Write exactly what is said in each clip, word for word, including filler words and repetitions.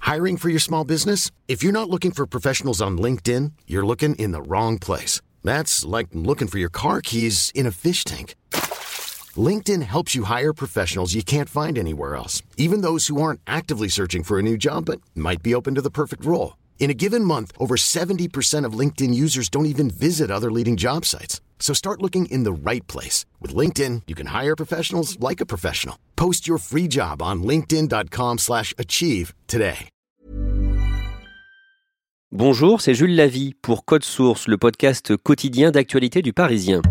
Hiring for your small business? If you're not looking for professionals on LinkedIn, you're looking in the wrong place. That's like looking for your car keys in a fish tank. LinkedIn helps you hire professionals you can't find anywhere else, even those who aren't actively searching for a new job but might be open to the perfect role. In a given month, over seventy percent of LinkedIn users don't even visit other leading job sites. So start looking in the right place. With LinkedIn, you can hire professionals like a professional. Post your free job on linkedin.com slash achieve today. Bonjour, c'est Jules Lavie pour Code Source, le podcast quotidien d'actualité du Parisien.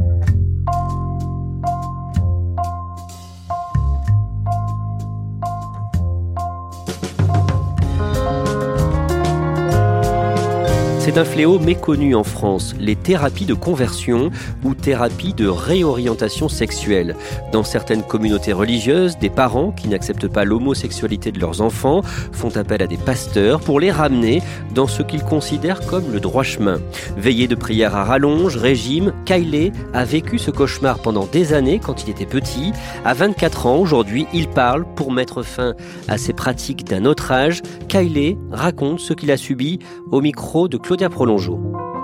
C'est un fléau méconnu en France, les thérapies de conversion ou thérapies de réorientation sexuelle. Dans certaines communautés religieuses, des parents qui n'acceptent pas l'homosexualité de leurs enfants font appel à des pasteurs pour les ramener dans ce qu'ils considèrent comme le droit chemin. Veillée de prière à rallonge, régime, Kyle a vécu ce cauchemar pendant des années quand il était petit. À vingt-quatre ans, aujourd'hui, il parle pour mettre fin à ces pratiques d'un autre âge. Kyle raconte ce qu'il a subi au micro de Claudia Prolongeau.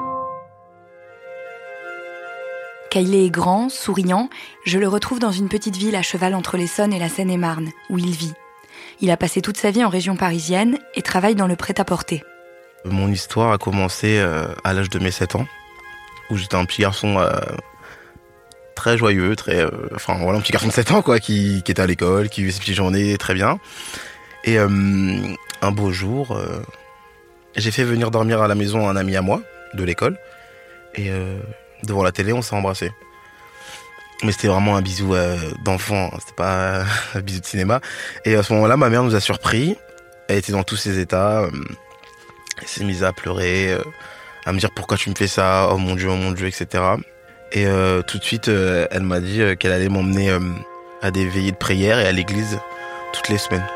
Kyle est grand, souriant. Je le retrouve dans une petite ville à cheval entre l'Essonne et la Seine-et-Marne, où il vit. Il a passé toute sa vie en région parisienne et travaille dans le prêt-à-porter. Mon histoire a commencé euh, à l'âge de mes sept ans, où j'étais un petit garçon euh, très joyeux, très, euh, enfin voilà, un petit garçon de sept ans quoi, qui, qui était à l'école, qui vivait ses petites journées très bien. Et euh, un beau jour, euh, j'ai fait venir dormir à la maison un ami à moi de l'école, et euh, devant la télé, on s'est embrassés. Mais c'était vraiment un bisou euh, d'enfant, hein, c'était pas un bisou de cinéma. Et à ce moment-là, ma mère nous a surpris. Elle était dans tous ses états. Euh, elle s'est mise à pleurer, euh, à me dire pourquoi tu me fais ça, oh mon Dieu, oh mon Dieu, et cetera. Et euh, tout de suite, euh, elle m'a dit euh, qu'elle allait m'emmener euh, à des veillées de prière et à l'église toutes les semaines.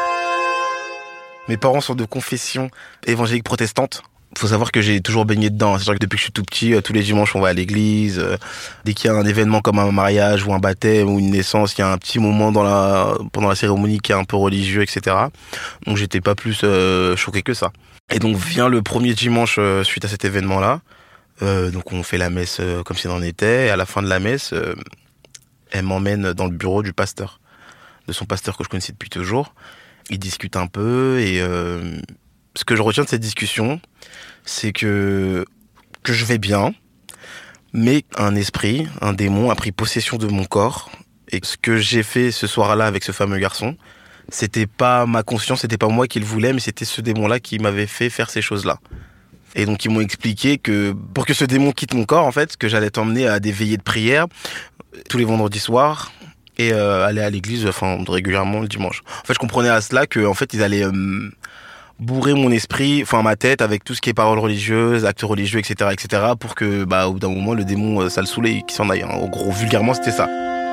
Mes parents sont de confession évangélique protestante. Faut savoir que j'ai toujours baigné dedans. C'est-à-dire que depuis que je suis tout petit, tous les dimanches, on va à l'église. Dès qu'il y a un événement comme un mariage ou un baptême ou une naissance, il y a un petit moment dans la, pendant la cérémonie qui est un peu religieux, et cetera. Donc j'étais pas plus euh, choqué que ça. Et donc vient le premier dimanche euh, suite à cet événement-là. Euh, donc on fait la messe euh, comme si on en était. Et à la fin de la messe, euh, elle m'emmène dans le bureau du pasteur, de son pasteur que je connaissais depuis toujours. Ils discutent un peu et euh, ce que je retiens de cette discussion, c'est que, que je vais bien, mais un esprit, un démon a pris possession de mon corps. Et ce que j'ai fait ce soir-là avec ce fameux garçon, c'était pas ma conscience, c'était pas moi qui le voulais, mais c'était ce démon-là qui m'avait fait faire ces choses-là. Et donc ils m'ont expliqué que pour que ce démon quitte mon corps, en fait, que j'allais t'emmener à des veillées de prière tous les vendredis soirs. Et euh, aller à l'église enfin régulièrement le dimanche. En fait, je comprenais à cela que en fait ils allaient euh, bourrer mon esprit, enfin ma tête avec tout ce qui est paroles religieuses, actes religieux, et cetera, et cetera, pour que bah au bout d'un moment le démon euh, ça le saoulait et qu'il s'en aille. Hein. En gros, vulgairement, c'était ça.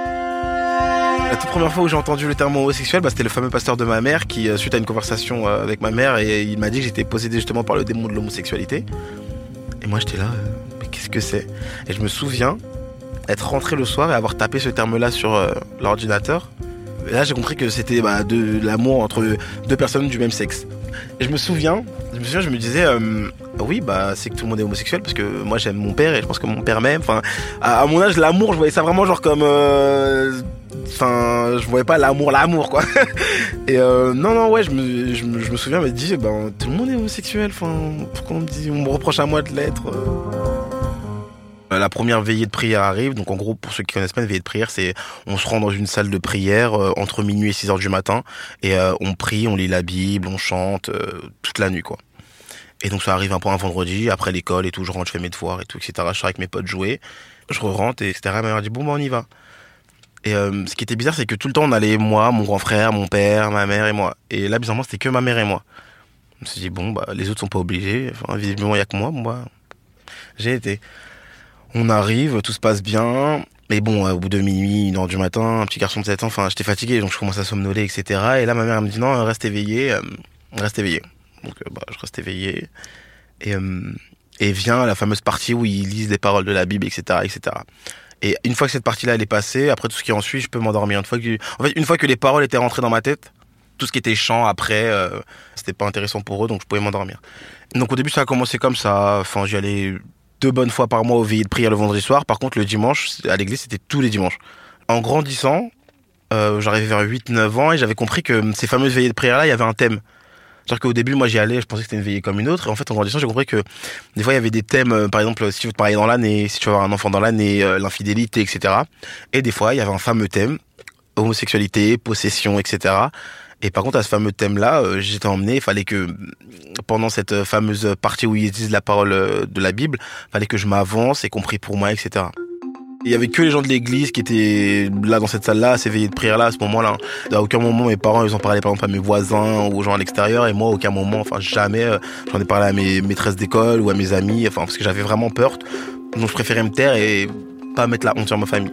La toute première fois où j'ai entendu le terme homosexuel, bah, c'était le fameux pasteur de ma mère qui, euh, suite à une conversation euh, avec ma mère, et il m'a dit que j'étais possédé justement par le démon de l'homosexualité. Et moi j'étais là, euh, mais qu'est-ce que c'est ? Et je me souviens être rentré le soir et avoir tapé ce terme-là sur euh, l'ordinateur. Et là, j'ai compris que c'était bah, de l'amour entre deux personnes du même sexe. Et je me souviens, je me souviens, je me disais, euh, oui, bah, c'est que tout le monde est homosexuel parce que moi, j'aime mon père et je pense que mon père m'aime. Enfin, à, à mon âge, l'amour, je voyais ça vraiment genre comme, euh, enfin, je voyais pas l'amour, l'amour, quoi. Et euh, non, non, ouais, je me, je me, je me souviens me dire, ben, tout le monde est homosexuel. Enfin, pourquoi on me dit, on me reproche à moi de l'être. Euh... La première veillée de prière arrive, donc en gros, pour ceux qui connaissent pas une veillée de prière, c'est on se rend dans une salle de prière euh, entre minuit et six heures du matin, et euh, on prie, on lit la Bible, on chante, euh, toute la nuit, quoi. Et donc ça arrive un peu un vendredi, après l'école et tout, je rentre, je fais mes devoirs et tout, et cetera. Je sors avec mes potes jouer, je rentre, et cetera. Ma mère dit, bon, bah on y va. Et euh, ce qui était bizarre, c'est que tout le temps, on allait, moi, mon grand frère, mon père, ma mère et moi. Et là, bizarrement, c'était que ma mère et moi. Je me suis dit, bon, bah les autres sont pas obligés, enfin, visiblement, il y a que moi, bon, bah, j'ai été. On arrive, tout se passe bien, mais bon, au bout de minuit, une heure du matin, un petit garçon de sept ans, enfin, j'étais fatigué, donc je commence à somnoler, et cetera. Et là, ma mère elle me dit, non, reste éveillé, euh, reste éveillé. Donc, euh, bah, je reste éveillé. Et, euh, et vient la fameuse partie où ils lisent les paroles de la Bible, et cetera, et cetera. Et une fois que cette partie-là, elle est passée, après tout ce qui en suit, je peux m'endormir. Une fois que, en fait, une fois que les paroles étaient rentrées dans ma tête, tout ce qui était chant après, euh, c'était pas intéressant pour eux, donc je pouvais m'endormir. Donc au début, ça a commencé comme ça. Enfin, j'y allais deux bonnes fois par mois aux veillées de prière le vendredi soir. Par contre, le dimanche, à l'église, c'était tous les dimanches. En grandissant, euh, j'arrivais vers huit neuf ans et j'avais compris que ces fameuses veillées de prière-là, il y avait un thème. C'est-à-dire qu'au début, moi, j'y allais, je pensais que c'était une veillée comme une autre. Et en fait, en grandissant, j'ai compris que des fois, il y avait des thèmes, euh, par exemple, si tu veux te marier dans l'année, si tu veux avoir un enfant dans l'année, euh, l'infidélité, et cetera. Et des fois, il y avait un fameux thème, homosexualité, possession, et cetera. Et par contre, à ce fameux thème-là, euh, j'étais emmené, il fallait que, pendant cette fameuse partie où ils disent la parole de la Bible, il fallait que je m'avance, et compris pour moi, et cetera. Il y avait que les gens de l'église qui étaient là dans cette salle-là, à ces veillées de prière-là, à ce moment-là. À aucun moment, mes parents, ils ont parlé par exemple à mes voisins ou aux gens à l'extérieur. Et moi, à aucun moment, enfin jamais, euh, j'en ai parlé à mes maîtresses d'école ou à mes amis. Enfin, parce que j'avais vraiment peur. Donc je préférais me taire et pas mettre la honte sur ma famille.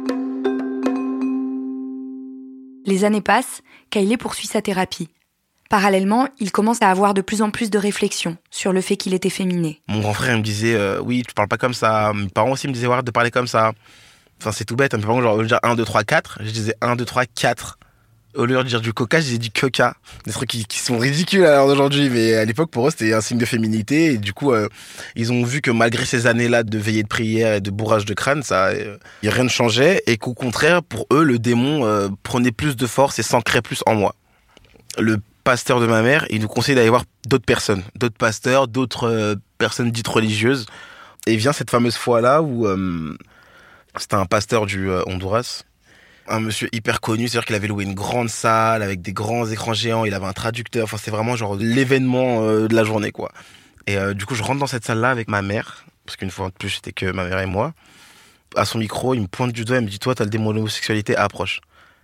Les années passent, Kailé poursuit sa thérapie. Parallèlement, il commence à avoir de plus en plus de réflexions sur le fait qu'il est efféminé. Mon grand frère il me disait euh, oui, tu parles pas comme ça. Mes parents aussi me disaient arrête de parler comme ça. Enfin, c'est tout bête. Mes parents genre dire un, deux, trois, quatre. Je disais un, deux, trois, quatre. Au lieu de dire du coca, je disais du coca. Des trucs qui, qui sont ridicules à l'heure d'aujourd'hui, mais à l'époque pour eux c'était un signe de féminité. Et du coup, euh, ils ont vu que malgré ces années-là de veillée de prière et de bourrage de crâne, ça, euh, rien ne changeait et qu'au contraire, pour eux, le démon euh, prenait plus de force et s'ancrait plus en moi. Le pasteur de ma mère, il nous conseille d'aller voir d'autres personnes, d'autres pasteurs, d'autres euh, personnes dites religieuses. Et vient cette fameuse fois-là où euh, c'était un pasteur du euh, Honduras, un monsieur hyper connu, c'est-à-dire qu'il avait loué une grande salle avec des grands écrans géants, il avait un traducteur, enfin c'est vraiment genre l'événement euh, de la journée quoi. Et euh, du coup je rentre dans cette salle-là avec ma mère, parce qu'une fois de plus c'était que ma mère et moi. À son micro, il me pointe du doigt, il me dit toi t'as le démon de l'homosexualité, approche.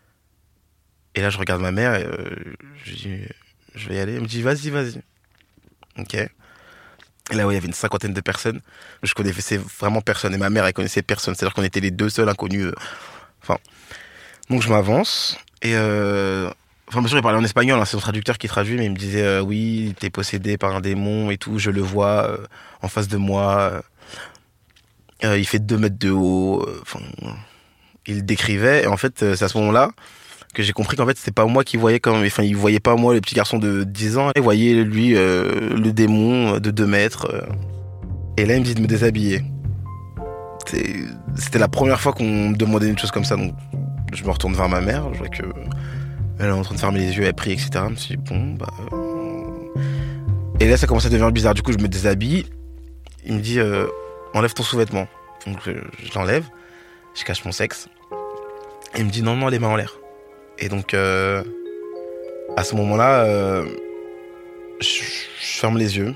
Et là, je regarde ma mère et euh, je dis, je vais y aller. Elle me dit, vas-y, vas-y. Ok. Et là, ouais, il y avait une cinquantaine de personnes. Je connaissais vraiment personne. Et ma mère, elle connaissait personne. C'est-à-dire qu'on était les deux seuls inconnus. Euh... Enfin. Donc, je m'avance. Et, euh... enfin, bien sûr, il parlait en espagnol. Hein, c'est son traducteur qui traduit. Mais il me disait, euh, oui, t'es possédé par un démon et tout. Je le vois euh, en face de moi. Euh, il fait deux mètres de haut. Enfin, euh... il le décrivait. Et en fait, c'est à ce moment-là que j'ai compris qu'en fait c'était pas moi qui voyais comme, enfin il voyait pas moi le petit garçon de dix ans, il voyait lui euh, le démon de deux mètres. Euh. Et là il me dit de me déshabiller. C'est... C'était la première fois qu'on me demandait une chose comme ça, donc je me retourne vers ma mère, je vois que elle est en train de fermer les yeux, elle prie, et cetera. Je me suis dit bon bah. Euh... Et là ça commence à devenir bizarre, du coup je me déshabille. Il me dit euh, enlève ton sous-vêtement. Donc je, je l'enlève, je cache mon sexe. Et il me dit non non les mains en l'air. Et donc, euh, à ce moment-là, euh, je, je ferme les yeux,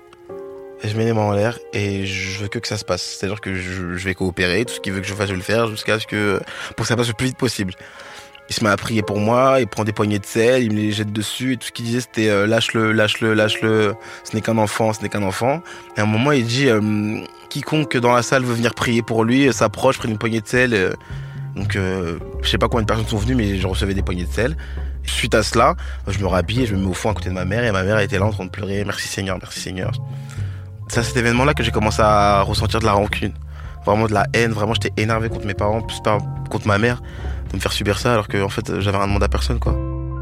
et je mets les mains en l'air, et je veux que, que ça se passe. C'est-à-dire que je, je vais coopérer, tout ce qu'il veut que je fasse, je vais le faire, jusqu'à ce que, pour que ça passe le plus vite possible. Il se met à prier pour moi, il prend des poignées de sel, il me les jette dessus, et tout ce qu'il disait, c'était euh, lâche-le, lâche-le, lâche-le, ce n'est qu'un enfant, ce n'est qu'un enfant. Et à un moment, il dit, euh, quiconque dans la salle veut venir prier pour lui, s'approche, prend une poignée de sel, euh, donc euh, je sais pas combien de personnes sont venues, mais je recevais des poignées de sel. Suite à cela, je me rhabille et je me mets au fond à côté de ma mère, et ma mère était là en train de pleurer, merci Seigneur, merci Seigneur. C'est à cet événement-là que j'ai commencé à ressentir de la rancune, vraiment de la haine, vraiment j'étais énervé contre mes parents, plus pas contre ma mère, de me faire subir ça alors que en fait j'avais rien demandé à personne quoi.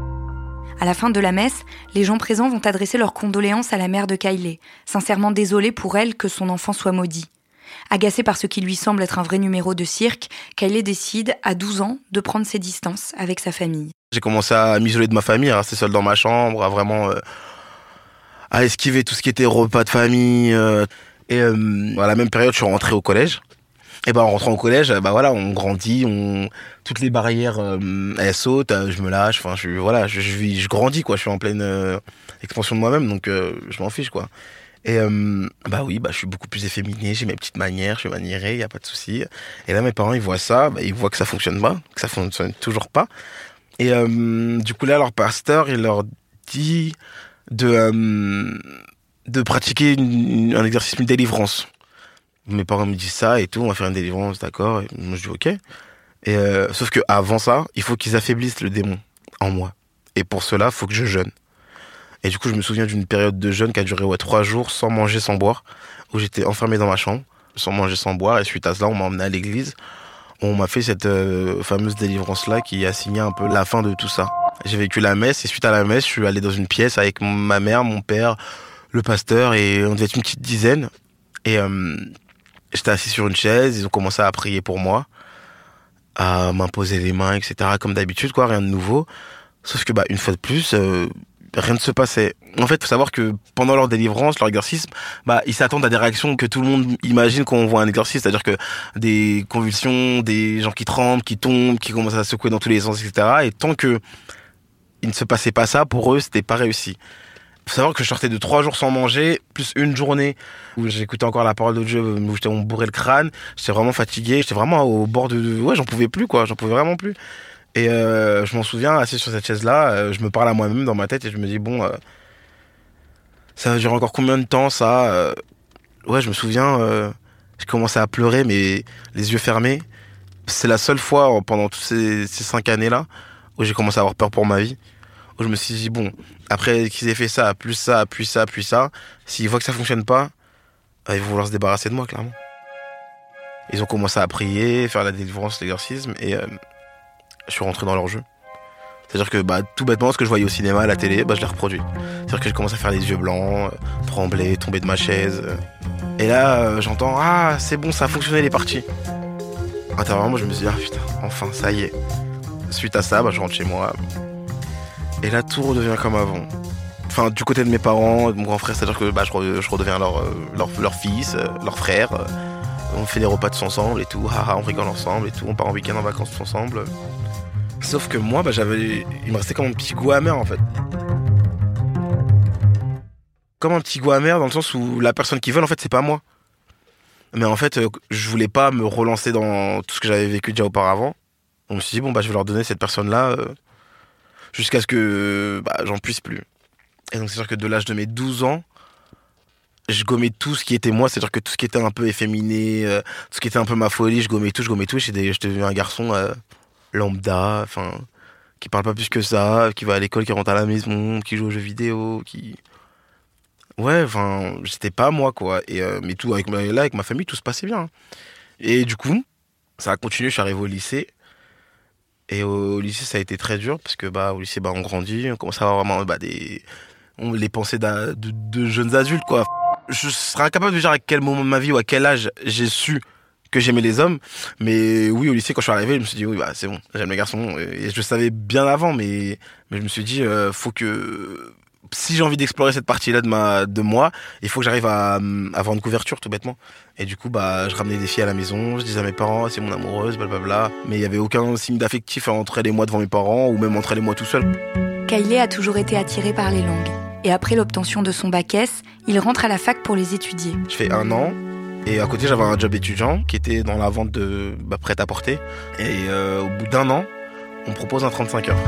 À la fin de la messe, les gens présents vont adresser leurs condoléances à la mère de Kailé, sincèrement désolés pour elle que son enfant soit maudit. Agacé par ce qui lui semble être un vrai numéro de cirque, Kailé décide, à douze ans, de prendre ses distances avec sa famille. J'ai commencé à m'isoler de ma famille, à rester seul dans ma chambre, à vraiment euh, à esquiver tout ce qui était repas de famille. Euh, et euh, à la même période, je suis rentré au collège. Et ben en rentrant au collège, bah voilà, on grandit, on toutes les barrières euh, elles sautent, je me lâche, enfin je voilà, je je, je, je grandis quoi, je suis en pleine euh, expansion de moi-même, donc euh, je m'en fiche quoi. Et euh, bah oui, bah je suis beaucoup plus efféminé, j'ai mes petites manières, je suis maniéré, y a pas de souci. Et là mes parents ils voient ça, bah, ils voient que ça fonctionne pas, que ça fonctionne toujours pas. Et euh, du coup là leur pasteur il leur dit de euh, de pratiquer une, un exercice, une délivrance. Mes parents me disent ça et tout, on va faire une délivrance, d'accord. Et moi je dis ok. Et euh, sauf que avant ça, il faut qu'ils affaiblissent le démon en moi. Et pour cela, il faut que je jeûne. Et du coup, je me souviens d'une période de jeûne qui a duré ouais, trois jours, sans manger, sans boire, où j'étais enfermé dans ma chambre, sans manger, sans boire. Et suite à cela, on m'a emmené à l'église. On m'a fait cette euh, fameuse délivrance-là qui a signé un peu la fin de tout ça. J'ai vécu la messe et suite à la messe, je suis allé dans une pièce avec ma mère, mon père, le pasteur et on devait être une petite dizaine. Et euh, j'étais assis sur une chaise, ils ont commencé à prier pour moi, à m'imposer les mains, et cetera. Comme d'habitude, quoi, rien de nouveau. Sauf que, bah, une fois de plus, euh, rien ne se passait. En fait, faut savoir que pendant leur délivrance, leur exercice, bah, ils s'attendent à des réactions que tout le monde imagine quand on voit un exercice, c'est-à-dire que des convulsions, des gens qui tremblent, qui tombent, qui commencent à secouer dans tous les sens, et cetera. Et tant que il ne se passait pas ça, pour eux, c'était pas réussi. Faut savoir que je sortais de trois jours sans manger, plus une journée où j'écoutais encore la parole de Dieu, où j'étais, on me bourrait le crâne. J'étais vraiment fatigué, j'étais vraiment au bord de, ouais, j'en pouvais plus, quoi, j'en pouvais vraiment plus. Et euh, je m'en souviens, assis sur cette chaise-là, euh, je me parle à moi-même dans ma tête et je me dis, bon, euh, ça va durer encore combien de temps, ça euh, Ouais, je me souviens, euh, j'ai commencé à pleurer, mais les yeux fermés. C'est la seule fois pendant toutes ces, ces cinq années-là où j'ai commencé à avoir peur pour ma vie. Où je me suis dit, bon, après qu'ils aient fait ça, plus ça, puis ça, puis ça, s'ils voient que ça fonctionne pas, ils vont vouloir se débarrasser de moi, clairement. Ils ont commencé à prier, faire la délivrance, l'exorcisme, et euh, je suis rentré dans leur jeu. C'est-à-dire que, bah, tout bêtement, ce que je voyais au cinéma, à la télé, bah, je l'ai reproduit. C'est-à-dire que j'ai commencé à faire les yeux blancs, euh, trembler, tomber de ma chaise. Euh, et là, euh, j'entends, ah, c'est bon, ça a fonctionné, il est parti. Intérieurement, je me suis dit, ah putain, enfin, ça y est. Suite à ça, bah, je rentre chez moi. Et là, tout redevient comme avant. Enfin, du côté de mes parents, de mon grand frère, c'est-à-dire que bah, je, re, je redeviens leur, leur, leur fils, leur frère. On fait les repas tous ensemble et tout. Haha, on rigole ensemble et tout. On part en week-end en vacances tous ensemble. Sauf que moi, bah, j'avais, il me restait comme un petit goût amer, en fait. Comme un petit goût amer dans le sens où la personne qui veut, en fait, c'est pas moi. Mais en fait, je voulais pas me relancer dans tout ce que j'avais vécu déjà auparavant. Donc, je me suis dit, bon, bah, je vais leur donner cette personne-là euh, jusqu'à ce que bah, j'en puisse plus. Et donc, c'est sûr que de l'âge de mes douze ans, je gommais tout ce qui était moi, c'est-à-dire que tout ce qui était un peu efféminé, euh, tout ce qui était un peu ma folie, je gommais tout, je gommais tout. J'étais, j'étais devenu un garçon euh, lambda, enfin, qui parle pas plus que ça, qui va à l'école, qui rentre à la maison, qui joue aux jeux vidéo, qui... Ouais, enfin, j'étais pas moi, quoi. Et, euh, mais tout, avec ma, là, avec ma famille, tout se passait bien. Et du coup, ça a continué, je suis arrivé au lycée. Et au, au lycée, ça a été très dur, parce que, bah, au lycée, bah, on grandit, on commence à avoir vraiment, bah, des... On, les pensées de, de jeunes adultes, quoi. Je serais incapable de dire à quel moment de ma vie ou à quel âge j'ai su que j'aimais les hommes. Mais oui, au lycée, quand je suis arrivé, je me suis dit, oui, bah, c'est bon, j'aime les garçons. Et je le savais bien avant, mais, mais je me suis dit, euh, faut que... Si j'ai envie d'explorer cette partie-là de ma, de moi, il faut que j'arrive à, à avoir une couverture, tout bêtement. Et du coup, bah, je ramenais des filles à la maison, je disais à mes parents, c'est mon amoureuse, blablabla. Mais il y avait aucun signe d'affectif entre elle et moi devant mes parents, ou même entre elle et moi tout seul. Kylie a toujours été attiré par les langues. Et après l'obtention de son bac S, il rentre à la fac pour les étudier. Je fais un an, et à côté, j'avais un job étudiant qui était dans la vente de bah, prêt-à-porter. Et euh, au bout d'un an, on me propose un trente-cinq heures.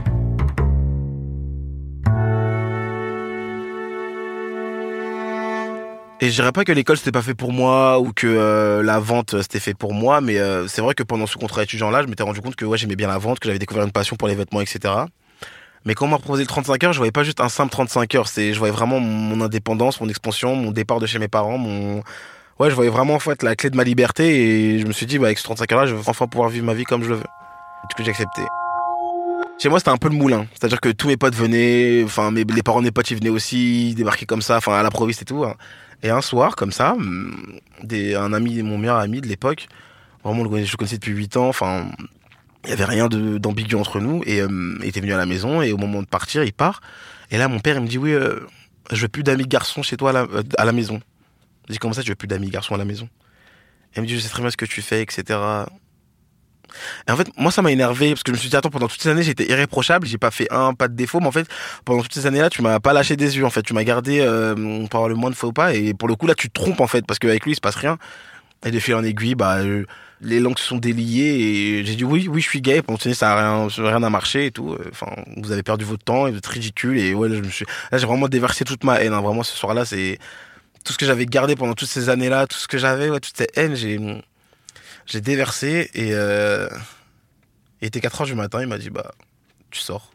Et je dirais pas que l'école c'était pas fait pour moi ou que euh, la vente c'était fait pour moi, mais euh, c'est vrai que pendant ce contrat étudiant-là, je m'étais rendu compte que ouais, j'aimais bien la vente, que j'avais découvert une passion pour les vêtements, et cetera. Mais quand on m'a proposé le trente-cinq heures, je voyais pas juste un simple trente-cinq heures, c'est, je voyais vraiment mon indépendance, mon expansion, mon départ de chez mes parents, mon... Ouais, je voyais vraiment en fait la clé de ma liberté et je me suis dit, bah, avec ce trente-cinq heures-là, je veux enfin pouvoir vivre ma vie comme je le veux. Du coup, j'ai accepté. Chez moi, c'était un peu le moulin. C'est-à-dire que tous mes potes venaient, enfin, mes, les parents de mes potes, ils venaient aussi, ils débarquaient comme ça, enfin, à l'improviste et tout. Hein. Et un soir, comme ça, des, un ami, mon meilleur ami de l'époque, vraiment, je le connaissais depuis huit ans, enfin, il y avait rien de, d'ambigu entre nous, et euh, il était venu à la maison, et au moment de partir, il part. Et là, mon père, il me dit, oui, euh, je veux plus d'amis garçons chez toi à la, à la maison. Je dis, comment ça, tu veux plus d'amis garçons à la maison? Et il me dit, je sais très bien ce que tu fais, et cetera. Et en fait, moi, ça m'a énervé parce que je me suis dit, attends, pendant toutes ces années, j'étais irréprochable, j'ai pas fait un pas de défaut, mais en fait, pendant toutes ces années-là, tu m'as pas lâché des yeux, en fait, tu m'as gardé, euh, pour avoir le moins de faux pas, et pour le coup, là, tu te trompes, en fait, parce qu'avec lui, il se passe rien. Et de fil en aiguille, bah, euh, les langues se sont déliées, et j'ai dit, oui, oui, je suis gay, pendant toutes ces années, ça a rien, rien à marcher, et tout, enfin, vous avez perdu votre temps, et vous êtes ridicule, et ouais, là, je me suis, là, j'ai vraiment déversé toute ma haine, hein, vraiment, ce soir-là, c'est, tout ce que j'avais gardé pendant toutes ces années-là, tout ce que j'avais, ouais, toute cette haine, j'ai, j'ai déversé, et, euh, il était quatre heures du matin, il m'a dit, bah, tu sors.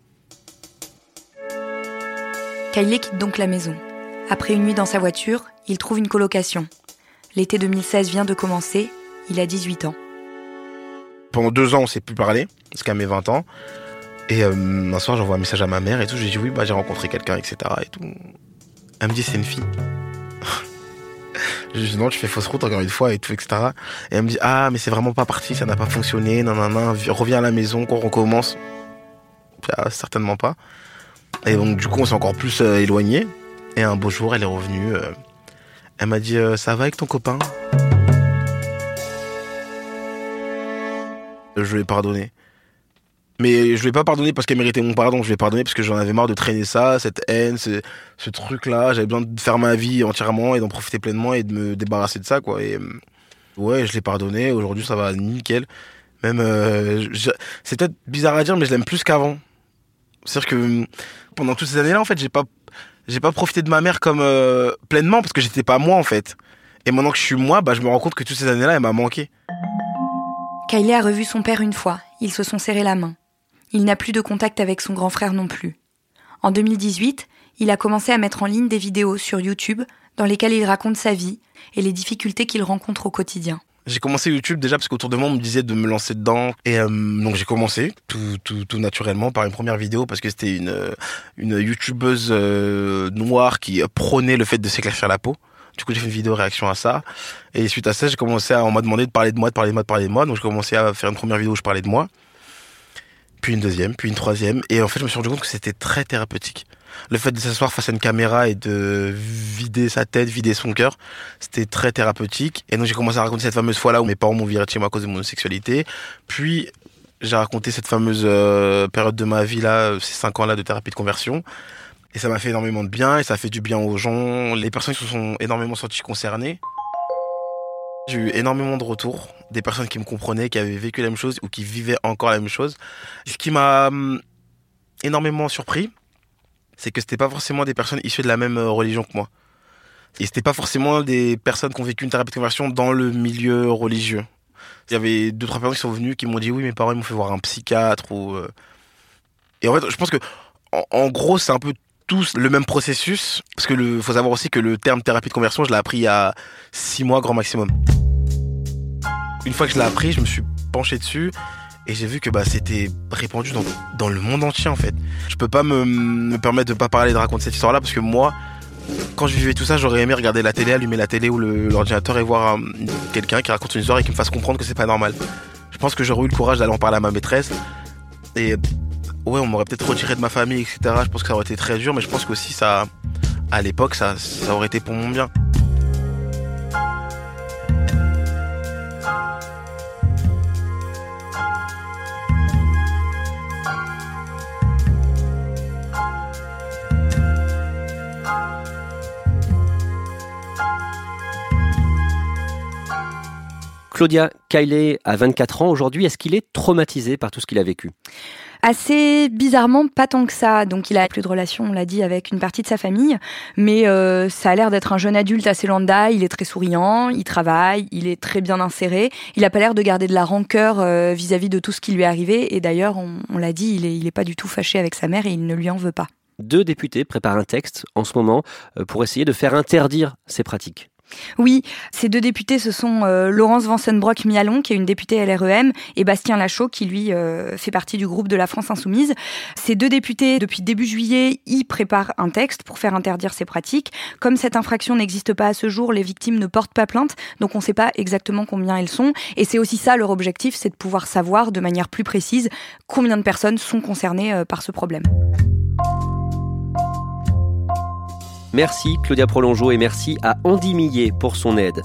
Kylie quitte donc la maison. Après une nuit dans sa voiture, il trouve une colocation. L'été deux mille seize vient de commencer, il a dix-huit ans. Pendant deux ans, on s'est plus parlé, jusqu'à mes vingt ans. Et euh, un soir, j'envoie un message à ma mère et tout. Je lui dis oui, bah j'ai rencontré quelqu'un, et cetera. Et tout. Elle me dit c'est une fille. Je lui dis non, tu fais fausse route encore une fois et tout, et cetera. Et elle me dit ah mais c'est vraiment pas parti, ça n'a pas fonctionné, non non non, reviens à la maison, qu'on recommence. Ah, certainement pas. Et donc du coup on s'est encore plus euh, éloignés. Et un beau jour elle est revenue. Euh, elle m'a dit euh, ça va avec ton copain? Je lui ai pardonné. Mais je lui ai pas pardonné parce qu'elle méritait mon pardon, je lui ai pardonné parce que j'en avais marre de traîner ça, cette haine, ce, ce truc-là. J'avais besoin de faire ma vie entièrement et d'en profiter pleinement et de me débarrasser de ça, quoi. Et ouais, je l'ai pardonné. Aujourd'hui, ça va nickel. Même, euh, je, c'est peut-être bizarre à dire, mais je l'aime plus qu'avant. C'est-à-dire que pendant toutes ces années-là, en fait, j'ai pas, j'ai pas profité de ma mère comme euh, pleinement parce que j'étais pas moi, en fait. Et maintenant que je suis moi, bah, je me rends compte que toutes ces années-là, elle m'a manqué. Kylie a revu son père une fois. Ils se sont serrés la main. Il n'a plus de contact avec son grand frère non plus. En deux mille dix-huit, il a commencé à mettre en ligne des vidéos sur YouTube dans lesquelles il raconte sa vie et les difficultés qu'il rencontre au quotidien. J'ai commencé YouTube déjà parce qu'autour de moi on me disait de me lancer dedans et euh, donc j'ai commencé tout, tout, tout naturellement par une première vidéo parce que c'était une, une youtubeuse euh, noire qui prônait le fait de s'éclaircir la peau. Du coup j'ai fait une vidéo réaction à ça et suite à ça j'ai commencé à, on m'a demandé de parler de moi, de parler de moi, de parler de moi, donc j'ai commencé à faire une première vidéo où je parlais de moi. Puis une deuxième, puis une troisième. Et en fait, je me suis rendu compte que c'était très thérapeutique. Le fait de s'asseoir face à une caméra et de vider sa tête, vider son cœur, c'était très thérapeutique. Et donc, j'ai commencé à raconter cette fameuse fois-là où mes parents m'ont viré de chez moi à cause de mon homosexualité. Puis, j'ai raconté cette fameuse euh, période de ma vie, là, ces cinq ans-là de thérapie de conversion. Et ça m'a fait énormément de bien et ça a fait du bien aux gens. Les personnes qui se sont énormément senties concernées. J'ai eu énormément de retours, des personnes qui me comprenaient, qui avaient vécu la même chose ou qui vivaient encore la même chose. Ce qui m'a hum, énormément surpris, c'est que c'était pas forcément des personnes issues de la même religion que moi. Et c'était pas forcément des personnes qui ont vécu une thérapie de conversion dans le milieu religieux. Il y avait deux, trois personnes qui sont venues qui m'ont dit oui, mes parents ils m'ont fait voir un psychiatre ou... Euh... Et en fait, je pense que, en, en gros, c'est un peu tous le même processus, parce que le, faut savoir aussi que le terme thérapie de conversion, je l'ai appris il y a six mois grand maximum. Une fois que je l'ai appris, je me suis penché dessus et j'ai vu que bah c'était répandu dans, dans le monde entier en fait. Je peux pas me, me permettre de pas parler, de raconter cette histoire-là parce que moi, quand je vivais tout ça, j'aurais aimé regarder la télé, allumer la télé ou le, l'ordinateur et voir un, quelqu'un qui raconte une histoire et qui me fasse comprendre que c'est pas normal. Je pense que j'aurais eu le courage d'aller en parler à ma maîtresse et ouais, on m'aurait peut-être retiré de ma famille, et cetera. Je pense que ça aurait été très dur, mais je pense qu'aussi ça, à l'époque, ça, ça aurait été pour mon bien. Claudia, Kylie a vingt-quatre ans aujourd'hui. Est-ce qu'il est traumatisé par tout ce qu'il a vécu ? Assez bizarrement, pas tant que ça. Donc il a plus de relation, on l'a dit, avec une partie de sa famille. Mais euh, ça a l'air d'être un jeune adulte assez lambda. Il est très souriant, il travaille, il est très bien inséré. Il n'a pas l'air de garder de la rancœur euh, vis-à-vis de tout ce qui lui est arrivé. Et d'ailleurs, on, on l'a dit, il est, il est pas du tout fâché avec sa mère et il ne lui en veut pas. Deux députés préparent un texte en ce moment pour essayer de faire interdire ces pratiques. Oui, ces deux députés, ce sont euh, Laurence Vanceunebrock-Mialon, qui est une députée L R E M, et Bastien Lachaud, qui lui euh, fait partie du groupe de la France Insoumise. Ces deux députés, depuis début juillet, y préparent un texte pour faire interdire ces pratiques. Comme cette infraction n'existe pas à ce jour, les victimes ne portent pas plainte, donc on ne sait pas exactement combien elles sont. Et c'est aussi ça leur objectif, c'est de pouvoir savoir de manière plus précise combien de personnes sont concernées euh, par ce problème. Merci Claudia Prolongeau et merci à Andy Millet pour son aide.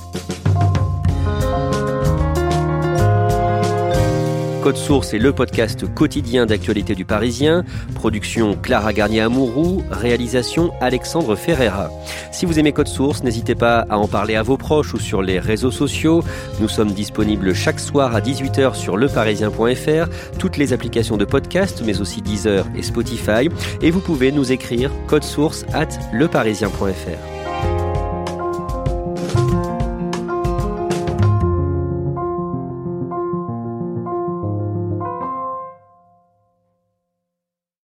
Code Source est le podcast quotidien d'actualité du Parisien. Production Clara Garnier-Amouroux. Réalisation Alexandre Ferreira. Si vous aimez Code Source, n'hésitez pas à en parler à vos proches ou sur les réseaux sociaux. Nous sommes disponibles chaque soir à dix-huit heures sur leparisien point f r, toutes les applications de podcast, mais aussi Deezer et Spotify. Et vous pouvez nous écrire codesource arobase leparisien point f r.